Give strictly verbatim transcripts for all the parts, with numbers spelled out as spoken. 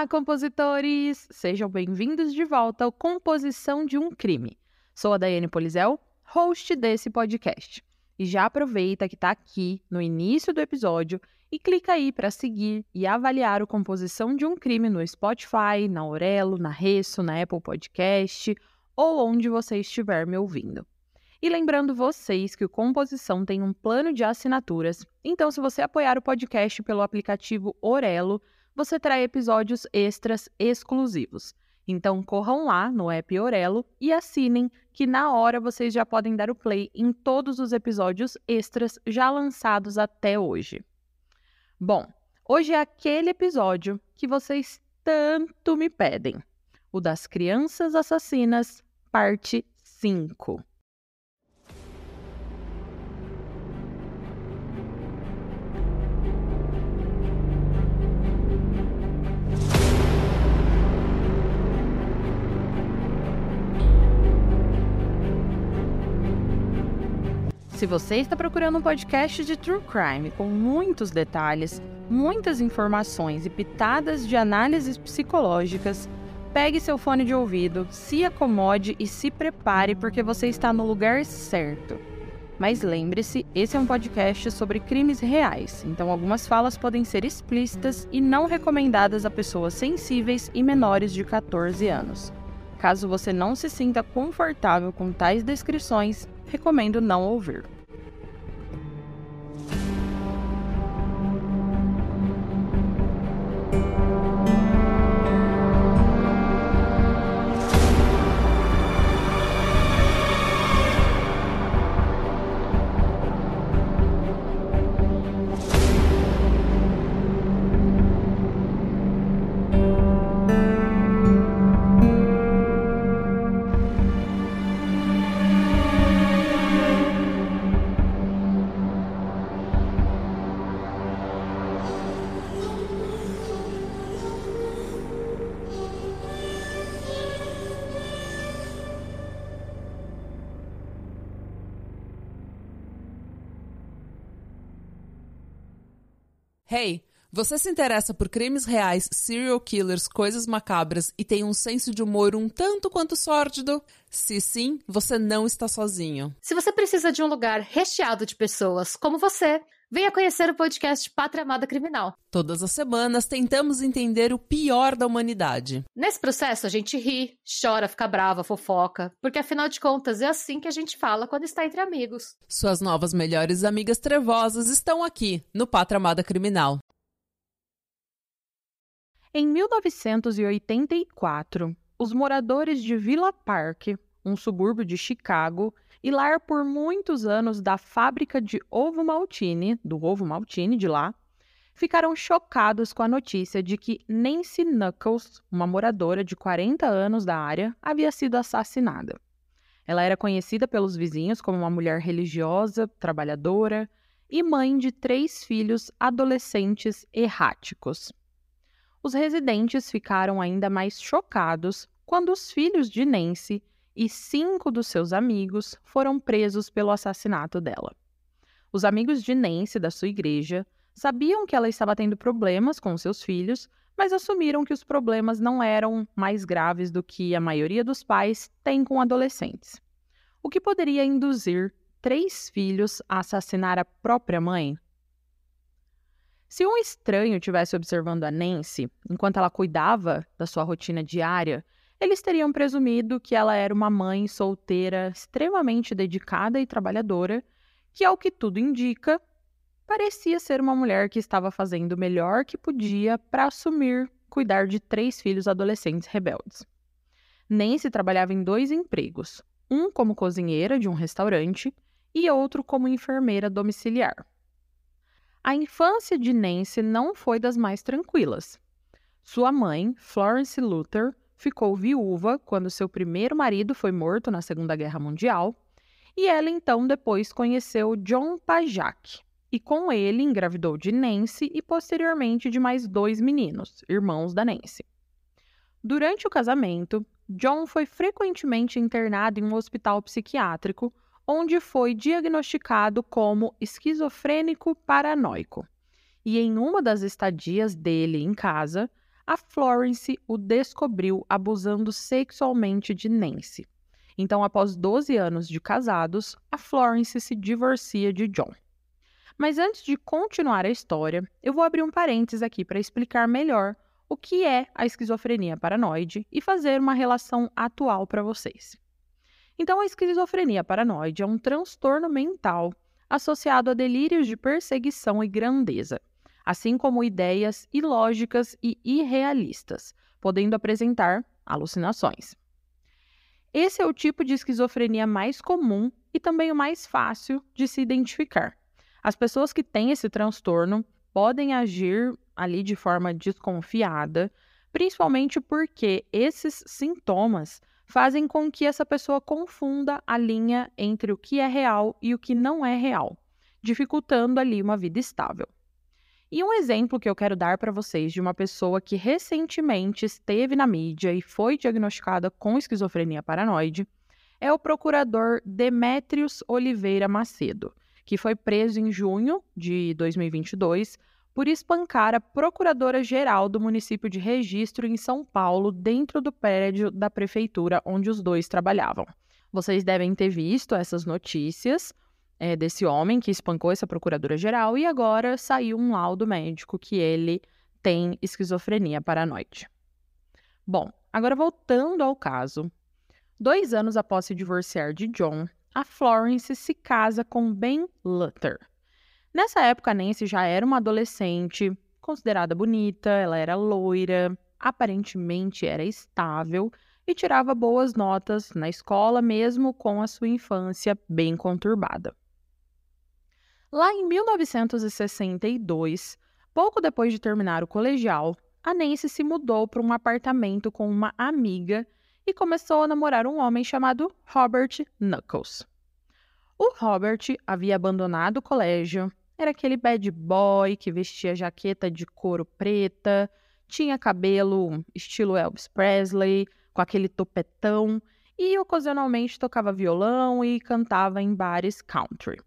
Olá, compositores! Sejam bem-vindos de volta ao Composição de um Crime. Sou a Daiane Polizel, host desse podcast. E já aproveita que está aqui no início do episódio e clica aí para seguir e avaliar o Composição de um Crime no Spotify, na Aurelo, na Resso, na Apple Podcast ou onde você estiver me ouvindo. E lembrando vocês que o Composição tem um plano de assinaturas, então se você apoiar o podcast pelo aplicativo Aurelo, você terá episódios extras exclusivos. Então corram lá no app Aurelo e assinem, que na hora vocês já podem dar o play em todos os episódios extras já lançados até hoje. Bom, hoje é aquele episódio que vocês tanto me pedem, o das crianças assassinas, parte cinco. Se você está procurando um podcast de True Crime com muitos detalhes, muitas informações e pitadas de análises psicológicas, pegue seu fone de ouvido, se acomode e se prepare porque você está no lugar certo. Mas lembre-se, esse é um podcast sobre crimes reais, então algumas falas podem ser explícitas e não recomendadas a pessoas sensíveis e menores de catorze anos. Caso você não se sinta confortável com tais descrições, recomendo não ouvir. Hey, você se interessa por crimes reais, serial killers, coisas macabras e tem um senso de humor um tanto quanto sórdido? Se sim, você não está sozinho. Se você precisa de um lugar recheado de pessoas como você, venha conhecer o podcast Pátria Amada Criminal. Todas as semanas tentamos entender o pior da humanidade. Nesse processo a gente ri, chora, fica brava, fofoca, porque afinal de contas é assim que a gente fala quando está entre amigos. Suas novas melhores amigas trevosas estão aqui, no Pátria Amada Criminal. Em mil novecentos e oitenta e quatro, os moradores de Villa Park, um subúrbio de Chicago, e lar por muitos anos da fábrica de ovo Maltine, do ovo Maltine de lá, ficaram chocados com a notícia de que Nancy Knuckles, uma moradora de quarenta anos da área, havia sido assassinada. Ela era conhecida pelos vizinhos como uma mulher religiosa, trabalhadora e mãe de três filhos adolescentes erráticos. Os residentes ficaram ainda mais chocados quando os filhos de Nancy e cinco dos seus amigos foram presos pelo assassinato dela. Os amigos de Nancy da sua igreja sabiam que ela estava tendo problemas com seus filhos, mas assumiram que os problemas não eram mais graves do que a maioria dos pais tem com adolescentes. O que poderia induzir três filhos a assassinar a própria mãe? Se um estranho estivesse observando a Nancy enquanto ela cuidava da sua rotina diária, eles teriam presumido que ela era uma mãe solteira extremamente dedicada e trabalhadora, que, ao que tudo indica, parecia ser uma mulher que estava fazendo o melhor que podia para assumir cuidar de três filhos adolescentes rebeldes. Nancy trabalhava em dois empregos, um como cozinheira de um restaurante e outro como enfermeira domiciliar. A infância de Nancy não foi das mais tranquilas. Sua mãe, Florence Luther, ficou viúva quando seu primeiro marido foi morto na Segunda Guerra Mundial, e ela então depois conheceu John Pajak, e com ele engravidou de Nancy e posteriormente de mais dois meninos, irmãos da Nancy. Durante o casamento, John foi frequentemente internado em um hospital psiquiátrico, onde foi diagnosticado como esquizofrênico paranoico. E em uma das estadias dele em casa, a Florence o descobriu abusando sexualmente de Nancy. Então, após doze anos de casados, a Florence se divorcia de John. Mas antes de continuar a história, eu vou abrir um parênteses aqui para explicar melhor o que é a esquizofrenia paranoide e fazer uma relação atual para vocês. Então, a esquizofrenia paranoide é um transtorno mental associado a delírios de perseguição e grandeza, assim como ideias ilógicas e irrealistas, podendo apresentar alucinações. Esse é o tipo de esquizofrenia mais comum e também o mais fácil de se identificar. As pessoas que têm esse transtorno podem agir ali de forma desconfiada, principalmente porque esses sintomas fazem com que essa pessoa confunda a linha entre o que é real e o que não é real, dificultando ali uma vida estável. E um exemplo que eu quero dar para vocês de uma pessoa que recentemente esteve na mídia e foi diagnosticada com esquizofrenia paranoide é o procurador Demétrios Oliveira Macedo, que foi preso em junho de dois mil e vinte e dois por espancar a procuradora-geral do município de Registro em São Paulo, dentro do prédio da prefeitura onde os dois trabalhavam. Vocês devem ter visto essas notícias é, desse homem que espancou essa procuradora-geral e agora saiu um laudo médico que ele tem esquizofrenia paranoide. Bom, agora voltando ao caso. Dois anos após se divorciar de John, a Florence se casa com Ben Luther. Nessa época, a Nancy já era uma adolescente, considerada bonita, ela era loira, aparentemente era estável e tirava boas notas na escola, mesmo com a sua infância bem conturbada. Lá em mil novecentos e sessenta e dois, pouco depois de terminar o colegial, a Nancy se mudou para um apartamento com uma amiga e começou a namorar um homem chamado Robert Knuckles. O Robert havia abandonado o colégio, era aquele bad boy que vestia jaqueta de couro preta, tinha cabelo estilo Elvis Presley, com aquele topetão e ocasionalmente tocava violão e cantava em bares country.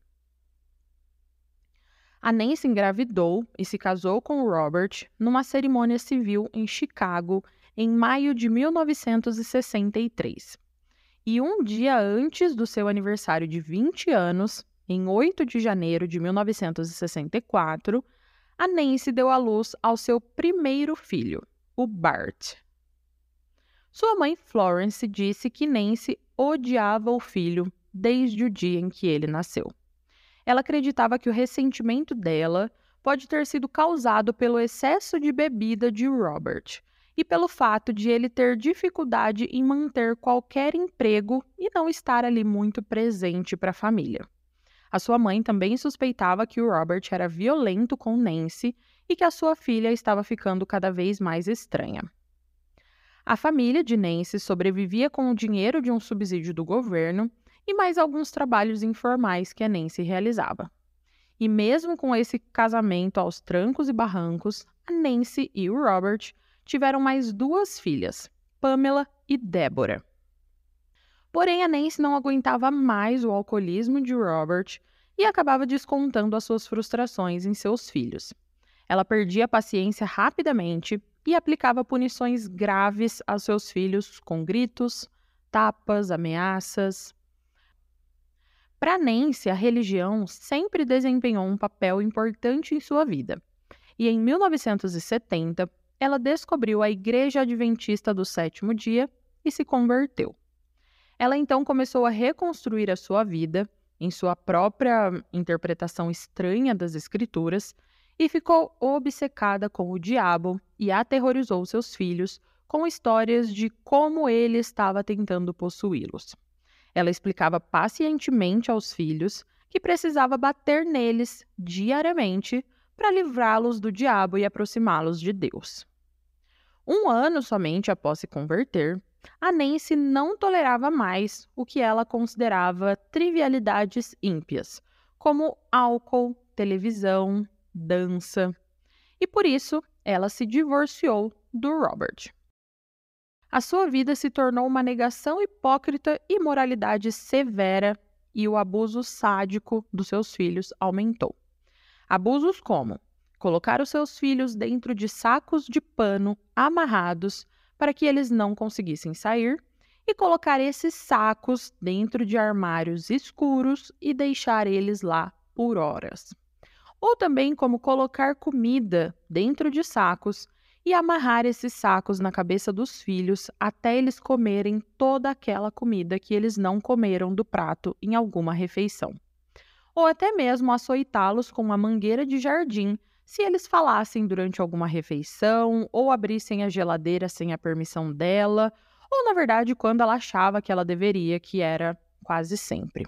A Nancy engravidou e se casou com o Robert numa cerimônia civil em Chicago em maio de mil novecentos e sessenta e três. E um dia antes do seu aniversário de vinte anos, em oito de janeiro de mil novecentos e sessenta e quatro, a Nancy deu à luz ao seu primeiro filho, o Bart. Sua mãe Florence disse que Nancy odiava o filho desde o dia em que ele nasceu. Ela acreditava que o ressentimento dela pode ter sido causado pelo excesso de bebida de Robert e pelo fato de ele ter dificuldade em manter qualquer emprego e não estar ali muito presente para a família. A sua mãe também suspeitava que o Robert era violento com Nancy e que a sua filha estava ficando cada vez mais estranha. A família de Nancy sobrevivia com o dinheiro de um subsídio do governo e mais alguns trabalhos informais que a Nancy realizava. E mesmo com esse casamento aos trancos e barrancos, a Nancy e o Robert tiveram mais duas filhas, Pamela e Deborah. Porém, a Nancy não aguentava mais o alcoolismo de Robert e acabava descontando as suas frustrações em seus filhos. Ela perdia a paciência rapidamente e aplicava punições graves aos seus filhos com gritos, tapas, ameaças. Para Nancy, a religião sempre desempenhou um papel importante em sua vida. E em mil novecentos e setenta, ela descobriu a Igreja Adventista do Sétimo Dia e se converteu. Ela então começou a reconstruir a sua vida em sua própria interpretação estranha das Escrituras e ficou obcecada com o diabo e aterrorizou seus filhos com histórias de como ele estava tentando possuí-los. Ela explicava pacientemente aos filhos que precisava bater neles diariamente para livrá-los do diabo e aproximá-los de Deus. Um ano somente após se converter, a Nancy não tolerava mais o que ela considerava trivialidades ímpias, como álcool, televisão, dança, e por isso ela se divorciou do Robert. A sua vida se tornou uma negação hipócrita e moralidade severa, e o abuso sádico dos seus filhos aumentou. Abusos como colocar os seus filhos dentro de sacos de pano amarrados para que eles não conseguissem sair e colocar esses sacos dentro de armários escuros e deixar eles lá por horas. Ou também como colocar comida dentro de sacos e amarrar esses sacos na cabeça dos filhos até eles comerem toda aquela comida que eles não comeram do prato em alguma refeição. Ou até mesmo açoitá-los com uma mangueira de jardim se eles falassem durante alguma refeição ou abrissem a geladeira sem a permissão dela, ou na verdade quando ela achava que ela deveria, que era quase sempre.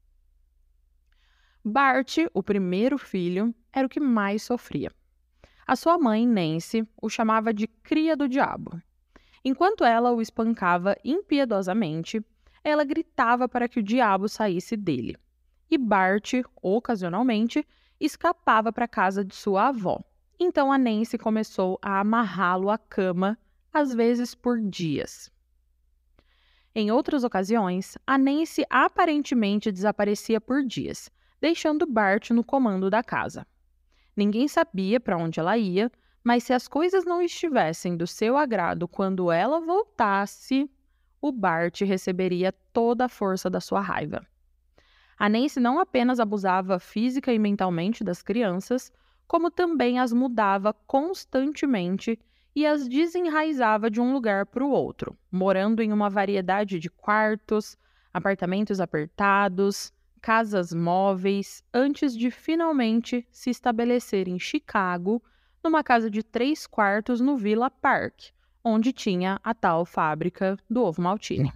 Bart, o primeiro filho, era o que mais sofria. A sua mãe, Nancy, o chamava de cria do diabo. Enquanto ela o espancava impiedosamente, ela gritava para que o diabo saísse dele. E Bart, ocasionalmente, escapava para a casa de sua avó. Então a Nancy começou a amarrá-lo à cama, às vezes por dias. Em outras ocasiões, a Nancy aparentemente desaparecia por dias, deixando Bart no comando da casa. Ninguém sabia para onde ela ia, mas se as coisas não estivessem do seu agrado quando ela voltasse, o Bart receberia toda a força da sua raiva. A Nancy não apenas abusava física e mentalmente das crianças, como também as mudava constantemente e as desenraizava de um lugar para o outro, morando em uma variedade de quartos, apartamentos apertados, casas móveis, antes de finalmente se estabelecer em Chicago, numa casa de três quartos no Villa Park, onde tinha a tal fábrica do ovo maltine.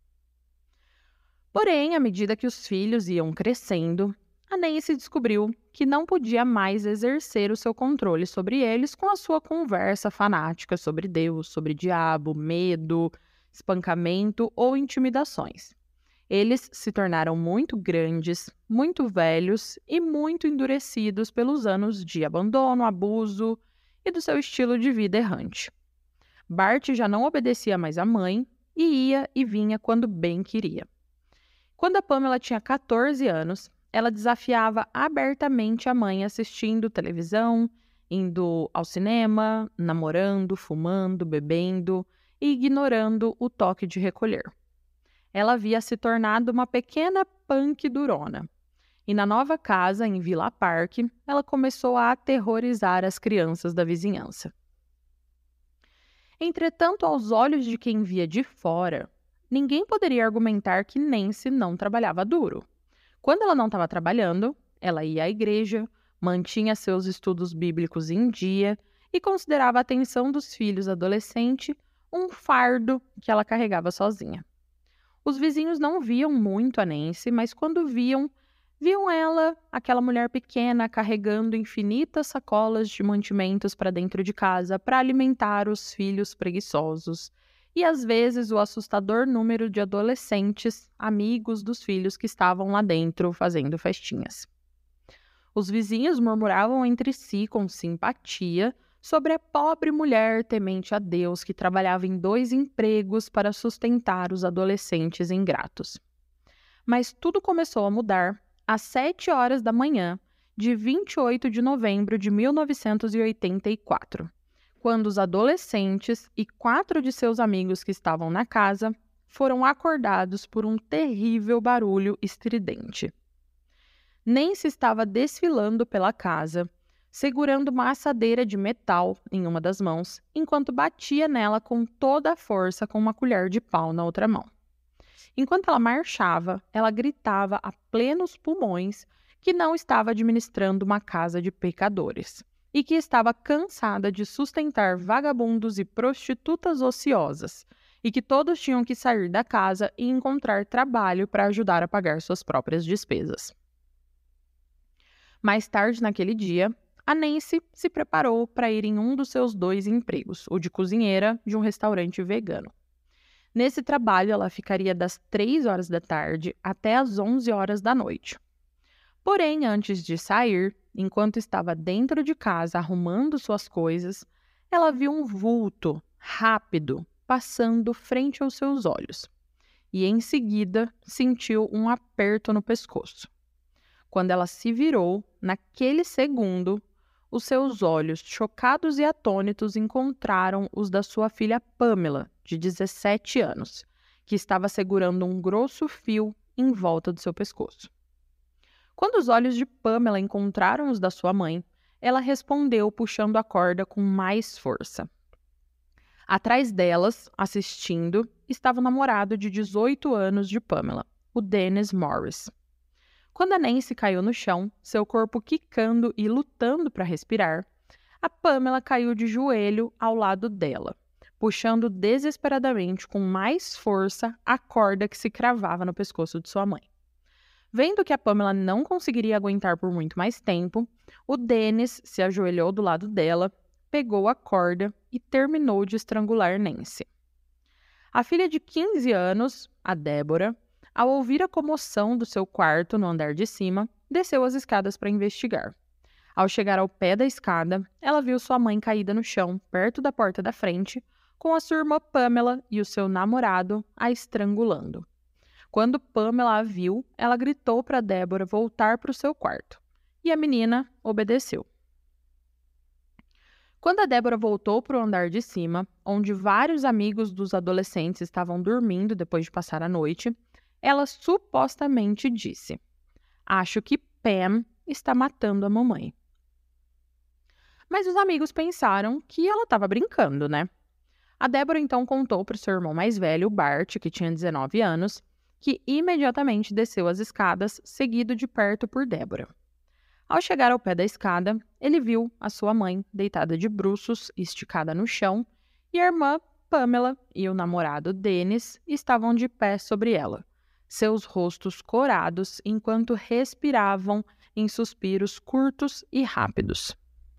Porém, à medida que os filhos iam crescendo, a Nancy descobriu que não podia mais exercer o seu controle sobre eles com a sua conversa fanática sobre Deus, sobre diabo, medo, espancamento ou intimidações. Eles se tornaram muito grandes, muito velhos e muito endurecidos pelos anos de abandono, abuso e do seu estilo de vida errante. Bart já não obedecia mais à mãe e ia e vinha quando bem queria. Quando a Pamela tinha catorze anos, ela desafiava abertamente a mãe assistindo televisão, indo ao cinema, namorando, fumando, bebendo e ignorando o toque de recolher. Ela havia se tornado uma pequena punk durona. E na nova casa, em Villa Park, ela começou a aterrorizar as crianças da vizinhança. Entretanto, aos olhos de quem via de fora, ninguém poderia argumentar que Nancy não trabalhava duro. Quando ela não estava trabalhando, ela ia à igreja, mantinha seus estudos bíblicos em dia e considerava a atenção dos filhos adolescentes um fardo que ela carregava sozinha. Os vizinhos não viam muito a Nancy, mas quando viam, viam ela, aquela mulher pequena, carregando infinitas sacolas de mantimentos para dentro de casa para alimentar os filhos preguiçosos e, às vezes, o assustador número de adolescentes, amigos dos filhos que estavam lá dentro fazendo festinhas. Os vizinhos murmuravam entre si com simpatia sobre a pobre mulher temente a Deus que trabalhava em dois empregos para sustentar os adolescentes ingratos. Mas tudo começou a mudar às sete horas da manhã de vinte e oito de novembro de mil novecentos e oitenta e quatro, quando os adolescentes e quatro de seus amigos que estavam na casa foram acordados por um terrível barulho estridente. Nancy estava desfilando pela casa, segurando uma assadeira de metal em uma das mãos, enquanto batia nela com toda a força com uma colher de pau na outra mão. Enquanto ela marchava, ela gritava a plenos pulmões que não estava administrando uma casa de pecadores e que estava cansada de sustentar vagabundos e prostitutas ociosas e que todos tinham que sair da casa e encontrar trabalho para ajudar a pagar suas próprias despesas. Mais tarde naquele dia, a Nancy se preparou para ir em um dos seus dois empregos, o de cozinheira de um restaurante vegano. Nesse trabalho, ela ficaria das três horas da tarde até as onze horas da noite. Porém, antes de sair, enquanto estava dentro de casa arrumando suas coisas, ela viu um vulto rápido passando frente aos seus olhos e, em seguida, sentiu um aperto no pescoço. Quando ela se virou, naquele segundo, os seus olhos, chocados e atônitos, encontraram os da sua filha Pamela, de dezessete anos, que estava segurando um grosso fio em volta do seu pescoço. Quando os olhos de Pamela encontraram os da sua mãe, ela respondeu puxando a corda com mais força. Atrás delas, assistindo, estava o namorado de dezoito anos de Pamela, o Dennis Morris. Quando a Nancy caiu no chão, seu corpo quicando e lutando para respirar, a Pamela caiu de joelho ao lado dela, puxando desesperadamente com mais força a corda que se cravava no pescoço de sua mãe. Vendo que a Pamela não conseguiria aguentar por muito mais tempo, o Dennis se ajoelhou do lado dela, pegou a corda e terminou de estrangular Nancy. A filha de quinze anos, a Deborah, ao ouvir a comoção do seu quarto no andar de cima, desceu as escadas para investigar. Ao chegar ao pé da escada, ela viu sua mãe caída no chão, perto da porta da frente, com a sua irmã Pamela e o seu namorado a estrangulando. Quando Pamela a viu, ela gritou para Deborah voltar para o seu quarto, e a menina obedeceu. Quando a Deborah voltou para o andar de cima, onde vários amigos dos adolescentes estavam dormindo depois de passar a noite, ela supostamente disse: "Acho que Pam está matando a mamãe." Mas os amigos pensaram que ela estava brincando, né? A Deborah então contou para o seu irmão mais velho, o Bart, que tinha dezenove anos, que imediatamente desceu as escadas, seguido de perto por Deborah. Ao chegar ao pé da escada, ele viu a sua mãe deitada de bruços, esticada no chão, e a irmã Pamela e o namorado Dennis estavam de pé sobre ela, seus rostos corados enquanto respiravam em suspiros curtos e rápidos.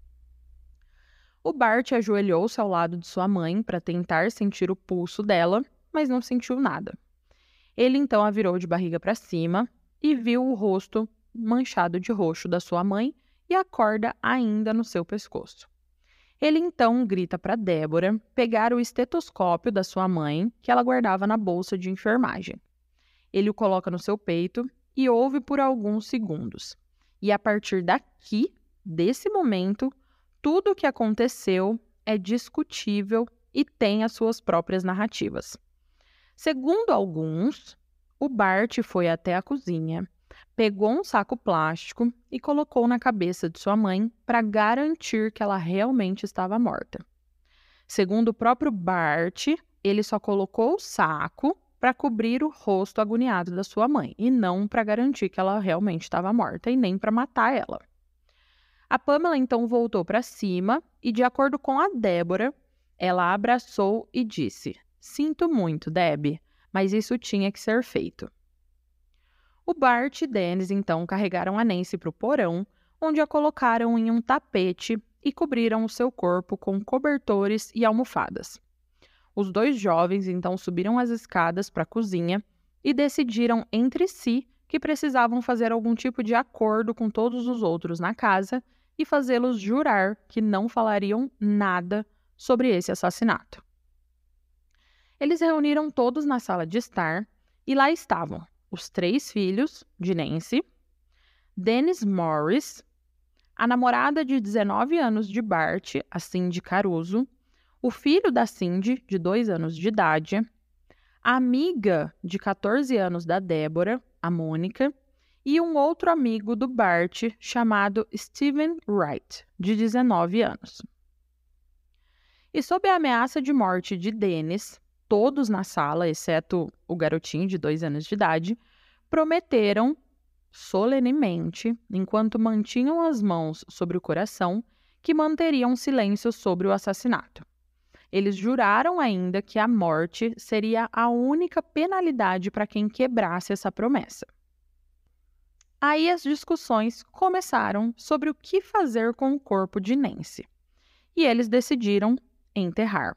O Bart ajoelhou-se ao lado de sua mãe para tentar sentir o pulso dela, mas não sentiu nada. Ele então a virou de barriga para cima e viu o rosto manchado de roxo da sua mãe e a corda ainda no seu pescoço. Ele então grita para Deborah pegar o estetoscópio da sua mãe, que ela guardava na bolsa de enfermagem. Ele o coloca no seu peito e ouve por alguns segundos. E a partir daqui, desse momento, tudo o que aconteceu é discutível e tem as suas próprias narrativas. Segundo alguns, o Bart foi até a cozinha, pegou um saco plástico e colocou na cabeça de sua mãe para garantir que ela realmente estava morta. Segundo o próprio Bart, ele só colocou o saco para cobrir o rosto agoniado da sua mãe e não para garantir que ela realmente estava morta e nem para matar ela. A Pamela então voltou para cima e, de acordo com a Deborah, ela a abraçou e disse: "Sinto muito, Deb, mas isso tinha que ser feito." O Bart e Dennis então carregaram a Nancy para o porão, onde a colocaram em um tapete e cobriram o seu corpo com cobertores e almofadas. Os dois jovens então subiram as escadas para a cozinha e decidiram entre si que precisavam fazer algum tipo de acordo com todos os outros na casa e fazê-los jurar que não falariam nada sobre esse assassinato. Eles reuniram todos na sala de estar e lá estavam os três filhos de Nancy, Dennis Morris, a namorada de dezenove anos de Bart, a Cindy Caruso, o filho da Cindy, de dois anos de idade, a amiga de catorze anos da Deborah, a Mônica, e um outro amigo do Bart chamado Steven Wright, de dezenove anos. E sob a ameaça de morte de Dennis, todos na sala, exceto o garotinho de dois anos de idade, prometeram solenemente, enquanto mantinham as mãos sobre o coração, que manteriam silêncio sobre o assassinato. Eles juraram ainda que a morte seria a única penalidade para quem quebrasse essa promessa. Aí as discussões começaram sobre o que fazer com o corpo de Nancy, e eles decidiram enterrar.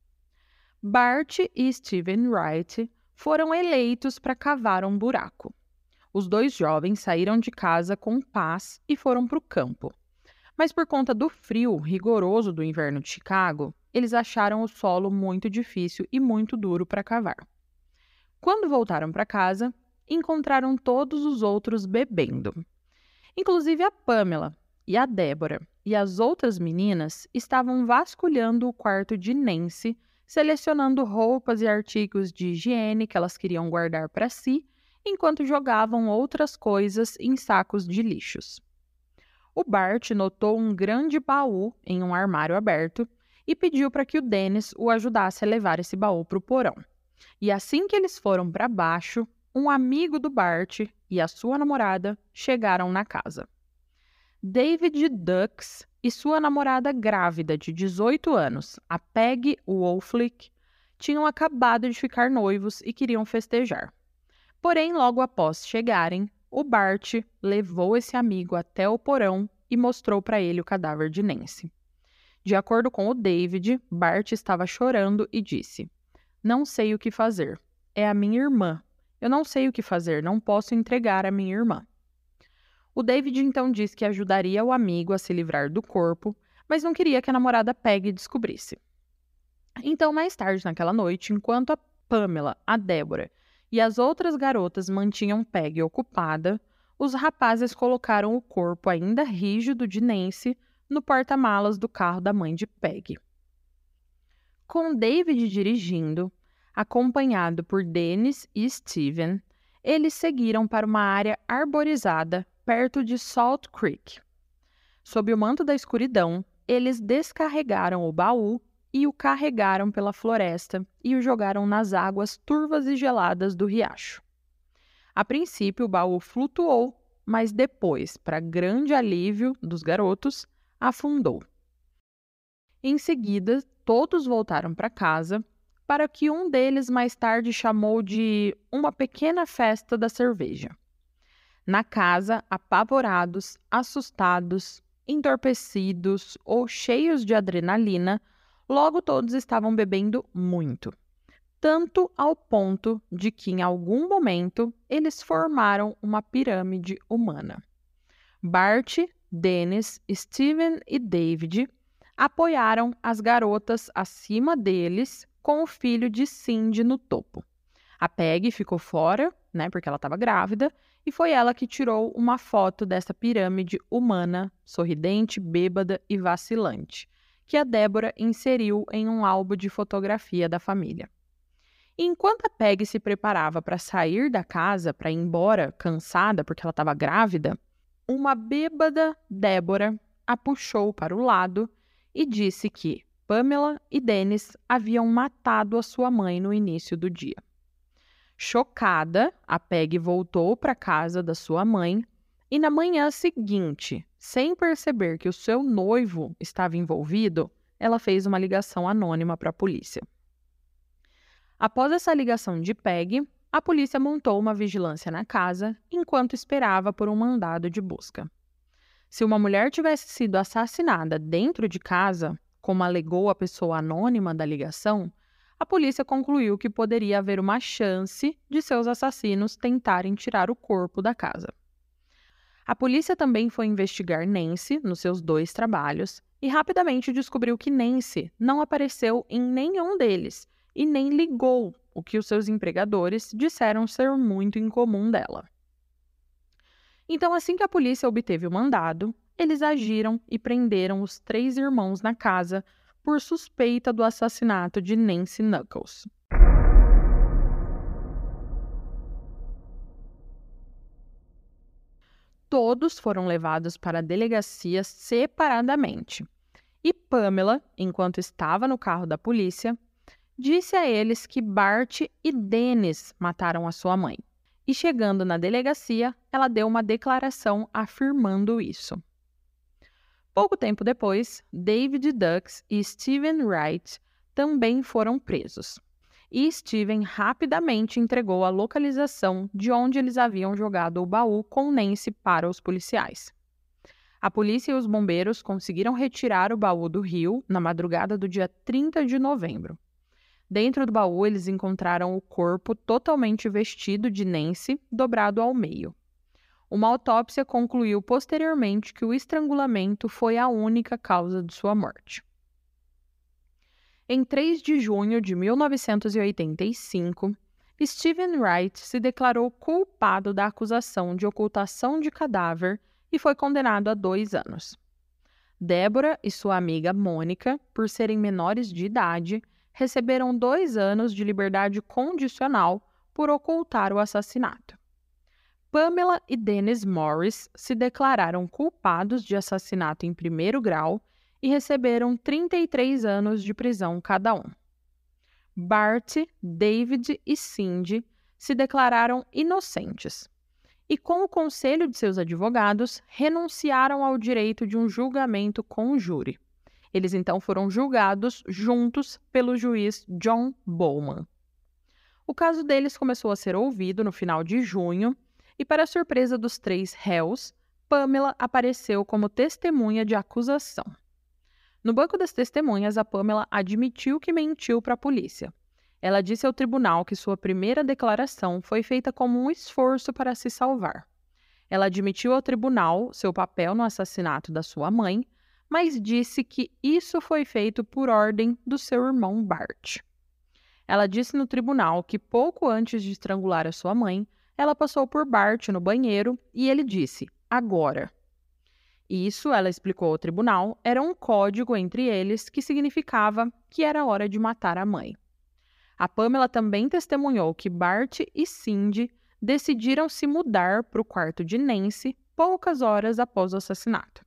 Bart e Steven Wright foram eleitos para cavar um buraco. Os dois jovens saíram de casa com paz e foram para o campo. Mas por conta do frio rigoroso do inverno de Chicago, eles acharam o solo muito difícil e muito duro para cavar. Quando voltaram para casa, encontraram todos os outros bebendo, inclusive a Pamela e a Deborah, e as outras meninas estavam vasculhando o quarto de Nancy, selecionando roupas e artigos de higiene que elas queriam guardar para si, enquanto jogavam outras coisas em sacos de lixos. O Bart notou um grande baú em um armário aberto e pediu para que o Dennis o ajudasse a levar esse baú para o porão. E assim que eles foram para baixo, um amigo do Bart e a sua namorada chegaram na casa. David Dux e sua namorada grávida de dezoito anos, a Peggy Wolflick, tinham acabado de ficar noivos e queriam festejar. Porém, logo após chegarem, o Bart levou esse amigo até o porão e mostrou para ele o cadáver de Nancy. De acordo com o David, Bart estava chorando e disse: "Não sei o que fazer. É a minha irmã. Eu não sei o que fazer, não posso entregar a minha irmã." O David então disse que ajudaria o amigo a se livrar do corpo, mas não queria que a namorada Peggy descobrisse. Então, mais tarde naquela noite, enquanto a Pamela, a Débora e as outras garotas mantinham Peggy ocupada, os rapazes colocaram o corpo ainda rígido de Nancy no porta-malas do carro da mãe de Peggy. Com David dirigindo, acompanhado por Dennis e Steven, eles seguiram para uma área arborizada perto de Salt Creek. Sob o manto da escuridão, eles descarregaram o baú e o carregaram pela floresta e o jogaram nas águas turvas e geladas do riacho. A princípio, o baú flutuou, mas depois, para grande alívio dos garotos, afundou. Em seguida, todos voltaram para casa, para que um deles mais tarde chamou de uma pequena festa da cerveja. Na casa, apavorados, assustados, entorpecidos ou cheios de adrenalina, logo todos estavam bebendo muito, tanto ao ponto de que, em algum momento, eles formaram uma pirâmide humana. Bart, Dennis, Steven e David apoiaram as garotas acima deles, com o filho de Cindy no topo. A Peggy ficou fora, né, porque ela estava grávida, e foi ela que tirou uma foto dessa pirâmide humana, sorridente, bêbada e vacilante, que a Débora inseriu em um álbum de fotografia da família. E enquanto a Peggy se preparava para sair da casa, para ir embora, cansada porque ela estava grávida, uma bêbada Débora a puxou para o lado e disse que Pamela e Dennis haviam matado a sua mãe no início do dia. Chocada, a Peggy voltou para a casa da sua mãe e na manhã seguinte, sem perceber que o seu noivo estava envolvido, ela fez uma ligação anônima para a polícia. Após essa ligação de Peggy, a polícia montou uma vigilância na casa enquanto esperava por um mandado de busca. Se uma mulher tivesse sido assassinada dentro de casa, como alegou a pessoa anônima da ligação, a polícia concluiu que poderia haver uma chance de seus assassinos tentarem tirar o corpo da casa. A polícia também foi investigar Nancy nos seus dois trabalhos e rapidamente descobriu que Nancy não apareceu em nenhum deles e nem ligou, o que os seus empregadores disseram ser muito incomum dela. Então, assim que a polícia obteve o mandado, eles agiram e prenderam os três irmãos na casa por suspeita do assassinato de Nancy Knuckles. Todos foram levados para a delegacia separadamente. E Pamela, enquanto estava no carro da polícia, disse a eles que Bart e Dennis mataram a sua mãe. E chegando na delegacia, ela deu uma declaração afirmando isso. Pouco tempo depois, David Dux e Steven Wright também foram presos. E Steven rapidamente entregou a localização de onde eles haviam jogado o baú com Nancy para os policiais. A polícia e os bombeiros conseguiram retirar o baú do rio na madrugada do dia trinta de novembro. Dentro do baú, eles encontraram o corpo totalmente vestido de Nancy, dobrado ao meio. Uma autópsia concluiu posteriormente que o estrangulamento foi a única causa de sua morte. Em três de junho de mil novecentos e oitenta e cinco, Steven Wright se declarou culpado da acusação de ocultação de cadáver e foi condenado a dois anos. Débora e sua amiga Mônica, por serem menores de idade, receberam dois anos de liberdade condicional por ocultar o assassinato. Pamela e Dennis Morris se declararam culpados de assassinato em primeiro grau e receberam trinta e três anos de prisão cada um. Bart, David e Cindy se declararam inocentes e, com o conselho de seus advogados, renunciaram ao direito de um julgamento com júri. Eles então foram julgados juntos pelo juiz John Bowman. O caso deles começou a ser ouvido no final de junho e, para surpresa dos três réus, Pamela apareceu como testemunha de acusação. No banco das testemunhas, a Pamela admitiu que mentiu para a polícia. Ela disse ao tribunal que sua primeira declaração foi feita como um esforço para se salvar. Ela admitiu ao tribunal seu papel no assassinato da sua mãe, mas disse que isso foi feito por ordem do seu irmão Bart. Ela disse no tribunal que pouco antes de estrangular a sua mãe, ela passou por Bart no banheiro e ele disse, agora. Isso, ela explicou ao tribunal, era um código entre eles que significava que era hora de matar a mãe. A Pamela também testemunhou que Bart e Cindy decidiram se mudar para o quarto de Nancy poucas horas após o assassinato.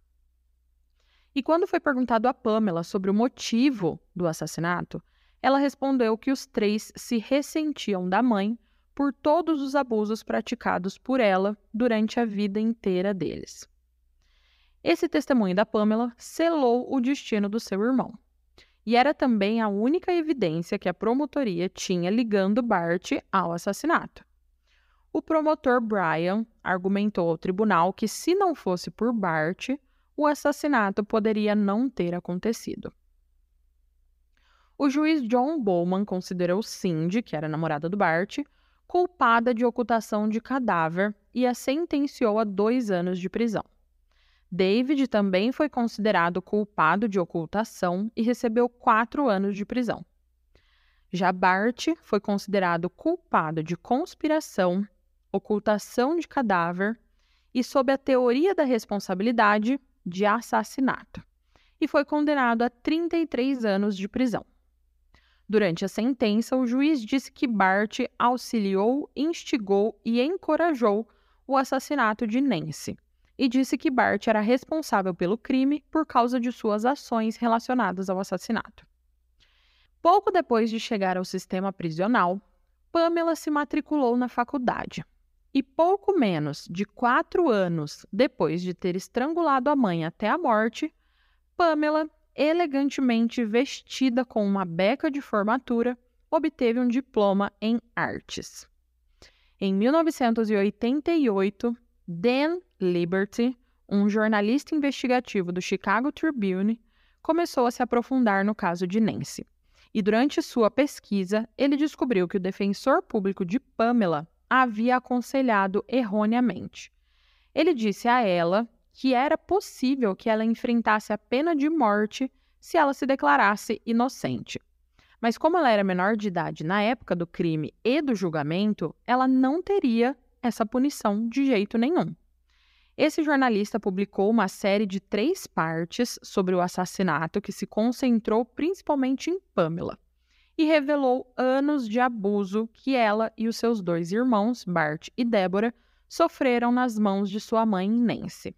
E quando foi perguntado a Pamela sobre o motivo do assassinato, ela respondeu que os três se ressentiam da mãe por todos os abusos praticados por ela durante a vida inteira deles. Esse testemunho da Pamela selou o destino do seu irmão. E era também a única evidência que a promotoria tinha ligando Bart ao assassinato. O promotor Brian argumentou ao tribunal que, se não fosse por Bart, o assassinato poderia não ter acontecido. O juiz John Bowman considerou Cindy, que era a namorada do Bart, culpada de ocultação de cadáver e a sentenciou a dois anos de prisão. David também foi considerado culpado de ocultação e recebeu quatro anos de prisão. Já Bart foi considerado culpado de conspiração, ocultação de cadáver e, sob a teoria da responsabilidade, de assassinato, e foi condenado a trinta e três anos de prisão. Durante a sentença, o juiz disse que Bart auxiliou, instigou e encorajou o assassinato de Nancy, e disse que Bart era responsável pelo crime por causa de suas ações relacionadas ao assassinato. Pouco depois de chegar ao sistema prisional, Pamela se matriculou na faculdade. E pouco menos de quatro anos depois de ter estrangulado a mãe até a morte, Pamela, elegantemente vestida com uma beca de formatura, obteve um diploma em artes. Em mil novecentos e oitenta e oito, Dan Liberty, um jornalista investigativo do Chicago Tribune, começou a se aprofundar no caso de Nancy. E durante sua pesquisa, ele descobriu que o defensor público de Pamela a havia aconselhado erroneamente. Ele disse a ela que era possível que ela enfrentasse a pena de morte se ela se declarasse inocente. Mas como ela era menor de idade na época do crime e do julgamento, ela não teria essa punição de jeito nenhum. Esse jornalista publicou uma série de três partes sobre o assassinato que se concentrou principalmente em Pamela e revelou anos de abuso que ela e os seus dois irmãos, Bart e Débora, sofreram nas mãos de sua mãe, Nancy.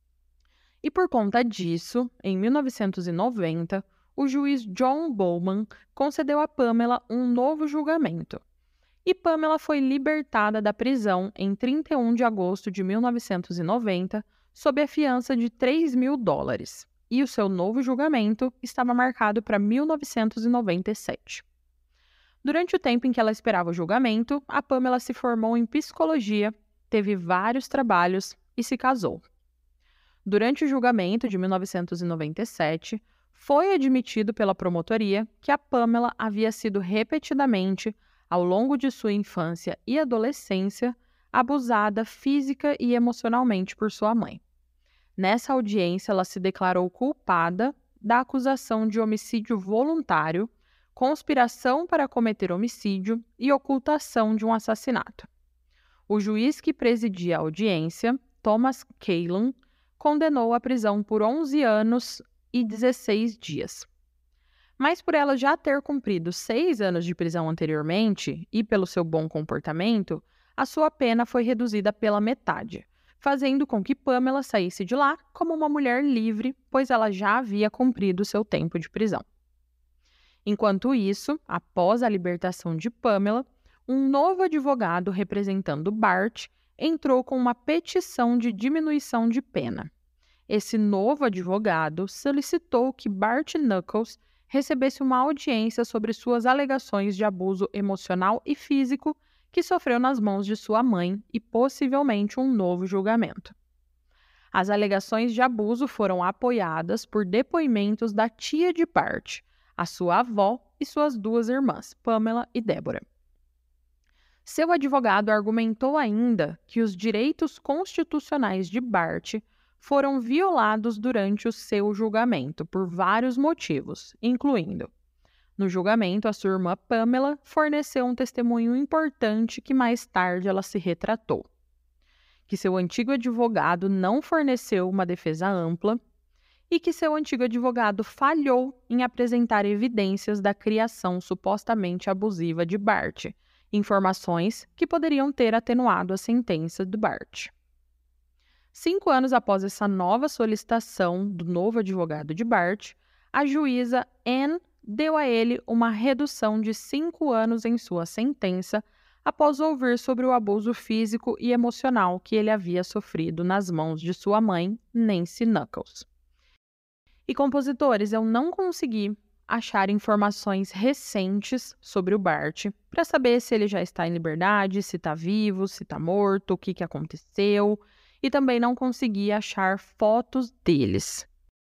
E por conta disso, em mil novecentos e noventa, o juiz John Bowman concedeu a Pamela um novo julgamento. E Pamela foi libertada da prisão em trinta e um de agosto de mil novecentos e noventa, sob a fiança de três mil dólares. E o seu novo julgamento estava marcado para mil novecentos e noventa e sete. Durante o tempo em que ela esperava o julgamento, a Pamela se formou em psicologia, teve vários trabalhos e se casou. Durante o julgamento de mil novecentos e noventa e sete, foi admitido pela promotoria que a Pamela havia sido repetidamente, ao longo de sua infância e adolescência, abusada física e emocionalmente por sua mãe. Nessa audiência, ela se declarou culpada da acusação de homicídio voluntário, conspiração para cometer homicídio e ocultação de um assassinato. O juiz que presidia a audiência, Thomas Kalin, condenou à prisão por onze anos e dezesseis dias. Mas por ela já ter cumprido seis anos de prisão anteriormente e pelo seu bom comportamento, a sua pena foi reduzida pela metade, fazendo com que Pamela saísse de lá como uma mulher livre, pois ela já havia cumprido seu tempo de prisão. Enquanto isso, após a libertação de Pamela, um novo advogado representando Bart entrou com uma petição de diminuição de pena. Esse novo advogado solicitou que Bart Knuckles recebesse uma audiência sobre suas alegações de abuso emocional e físico que sofreu nas mãos de sua mãe e possivelmente um novo julgamento. As alegações de abuso foram apoiadas por depoimentos da tia de Bart, a sua avó e suas duas irmãs, Pamela e Deborah. Seu advogado argumentou ainda que os direitos constitucionais de Bart foram violados durante o seu julgamento por vários motivos, incluindo: no julgamento, a sua irmã Pamela forneceu um testemunho importante que mais tarde ela se retratou, que seu antigo advogado não forneceu uma defesa ampla e que seu antigo advogado falhou em apresentar evidências da criação supostamente abusiva de Bart, informações que poderiam ter atenuado a sentença de Bart. Cinco anos após essa nova solicitação do novo advogado de Bart, a juíza Anne deu a ele uma redução de cinco anos em sua sentença após ouvir sobre o abuso físico e emocional que ele havia sofrido nas mãos de sua mãe, Nancy Knuckles. E, compositores, eu não consegui achar informações recentes sobre o Bart para saber se ele já está em liberdade, se está vivo, se está morto, o que, que aconteceu, e também não consegui achar fotos deles.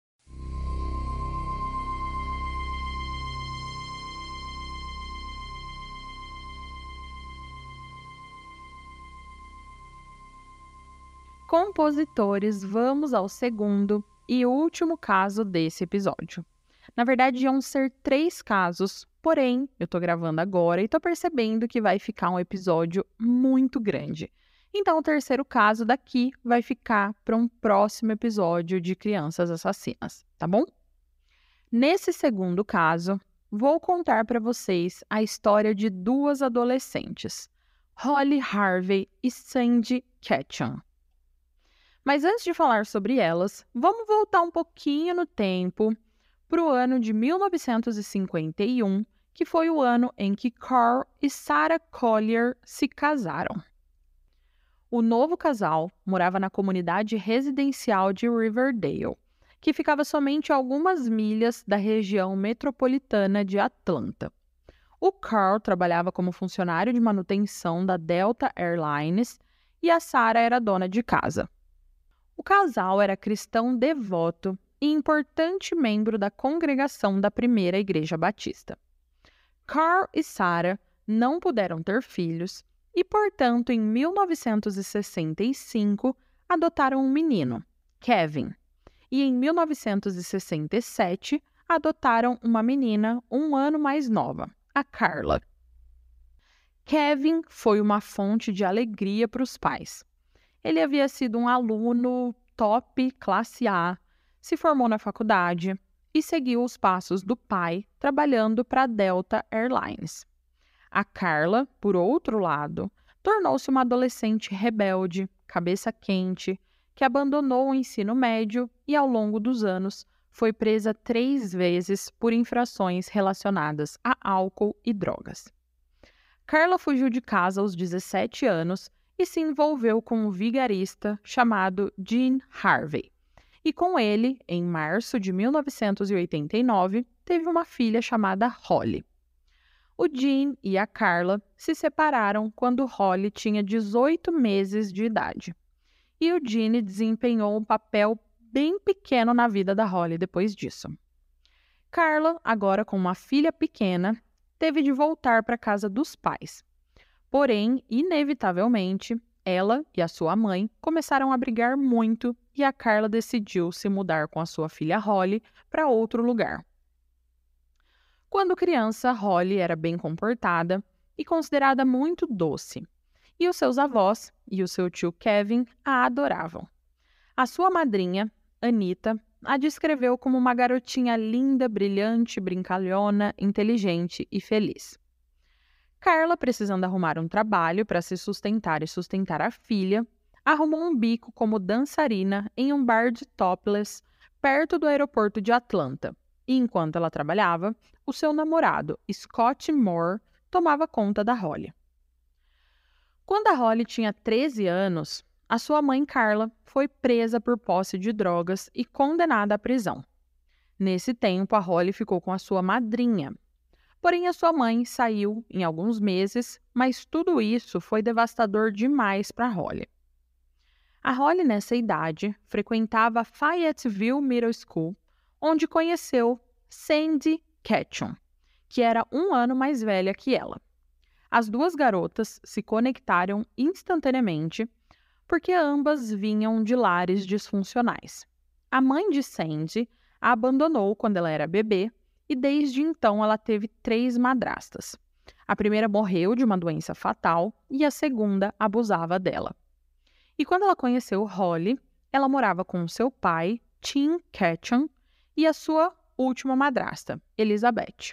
Compositores, vamos ao segundo e último caso desse episódio. Na verdade, iam ser três casos, porém, eu tô gravando agora e tô percebendo que vai ficar um episódio muito grande. Então, o terceiro caso daqui vai ficar para um próximo episódio de Crianças Assassinas, tá bom? Nesse segundo caso, vou contar para vocês a história de duas adolescentes, Holly Harvey e Sandy Ketchum. Mas antes de falar sobre elas, vamos voltar um pouquinho no tempo para o ano de mil novecentos e cinquenta e um, que foi o ano em que Carl e Sarah Collier se casaram. O novo casal morava na comunidade residencial de Riverdale, que ficava somente a algumas milhas da região metropolitana de Atlanta. O Carl trabalhava como funcionário de manutenção da Delta Airlines e a Sarah era dona de casa. O casal era cristão devoto e importante membro da congregação da Primeira Igreja Batista. Carl e Sarah não puderam ter filhos e, portanto, em mil novecentos e sessenta e cinco, adotaram um menino, Kevin, e em mil novecentos e sessenta e sete, adotaram uma menina um ano mais nova, a Carla. Kevin foi uma fonte de alegria para os pais. Ele havia sido um aluno top, classe A, se formou na faculdade e seguiu os passos do pai, trabalhando para a Delta Airlines. A Carla, por outro lado, tornou-se uma adolescente rebelde, cabeça quente, que abandonou o ensino médio e, ao longo dos anos, foi presa três vezes por infrações relacionadas a álcool e drogas. Carla fugiu de casa aos dezessete anos e se envolveu com um vigarista chamado Gene Harvey. E com ele, em março de mil novecentos e oitenta e nove, teve uma filha chamada Holly. O Gene e a Carla se separaram quando Holly tinha dezoito meses de idade. E o Gene desempenhou um papel bem pequeno na vida da Holly depois disso. Carla, agora com uma filha pequena, teve de voltar para a casa dos pais. Porém, inevitavelmente, ela e a sua mãe começaram a brigar muito e a Carla decidiu se mudar com a sua filha Holly para outro lugar. Quando criança, Holly era bem comportada e considerada muito doce, e os seus avós e o seu tio Kevin a adoravam. A sua madrinha, Anita, a descreveu como uma garotinha linda, brilhante, brincalhona, inteligente e feliz. Carla, precisando arrumar um trabalho para se sustentar e sustentar a filha, arrumou um bico como dançarina em um bar de topless perto do aeroporto de Atlanta. E enquanto ela trabalhava, o seu namorado, Scott Moore, tomava conta da Holly. Quando a Holly tinha treze anos, a sua mãe Carla foi presa por posse de drogas e condenada à prisão. Nesse tempo, a Holly ficou com a sua madrinha. Porém, a sua mãe saiu em alguns meses, mas tudo isso foi devastador demais para a Holly. A Holly, nessa idade, frequentava a Fayetteville Middle School, onde conheceu Sandy Ketchum, que era um ano mais velha que ela. As duas garotas se conectaram instantaneamente porque ambas vinham de lares disfuncionais. A mãe de Sandy a abandonou quando ela era bebê e desde então ela teve três madrastas. A primeira morreu de uma doença fatal e a segunda abusava dela. E quando ela conheceu Holly, ela morava com seu pai, Tim Ketchum, e a sua última madrasta, Elizabeth.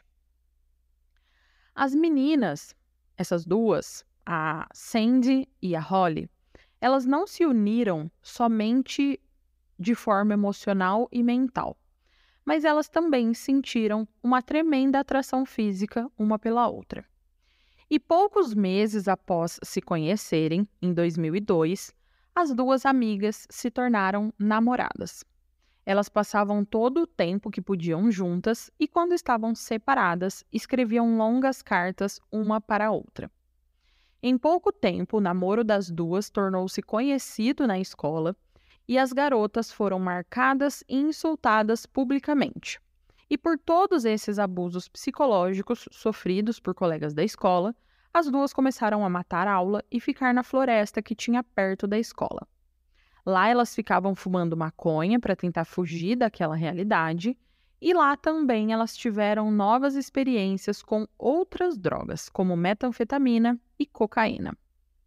As meninas, essas duas, a Sandy e a Holly, elas não se uniram somente de forma emocional e mental, mas elas também sentiram uma tremenda atração física uma pela outra. E poucos meses após se conhecerem, em dois mil e dois, as duas amigas se tornaram namoradas. Elas passavam todo o tempo que podiam juntas e, quando estavam separadas, escreviam longas cartas uma para a outra. Em pouco tempo, o namoro das duas tornou-se conhecido na escola e as garotas foram marcadas e insultadas publicamente. E por todos esses abusos psicológicos sofridos por colegas da escola, as duas começaram a matar aula e ficar na floresta que tinha perto da escola. Lá elas ficavam fumando maconha para tentar fugir daquela realidade e lá também elas tiveram novas experiências com outras drogas, como metanfetamina e cocaína.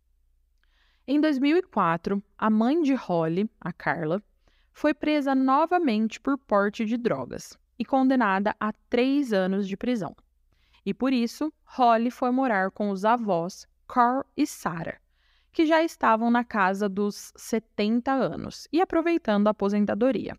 Em dois mil e quatro, a mãe de Holly, a Carla, foi presa novamente por porte de drogas e condenada a três anos de prisão. E por isso, Holly foi morar com os avós Carl e Sarah, que já estavam na casa dos setenta anos e aproveitando a aposentadoria.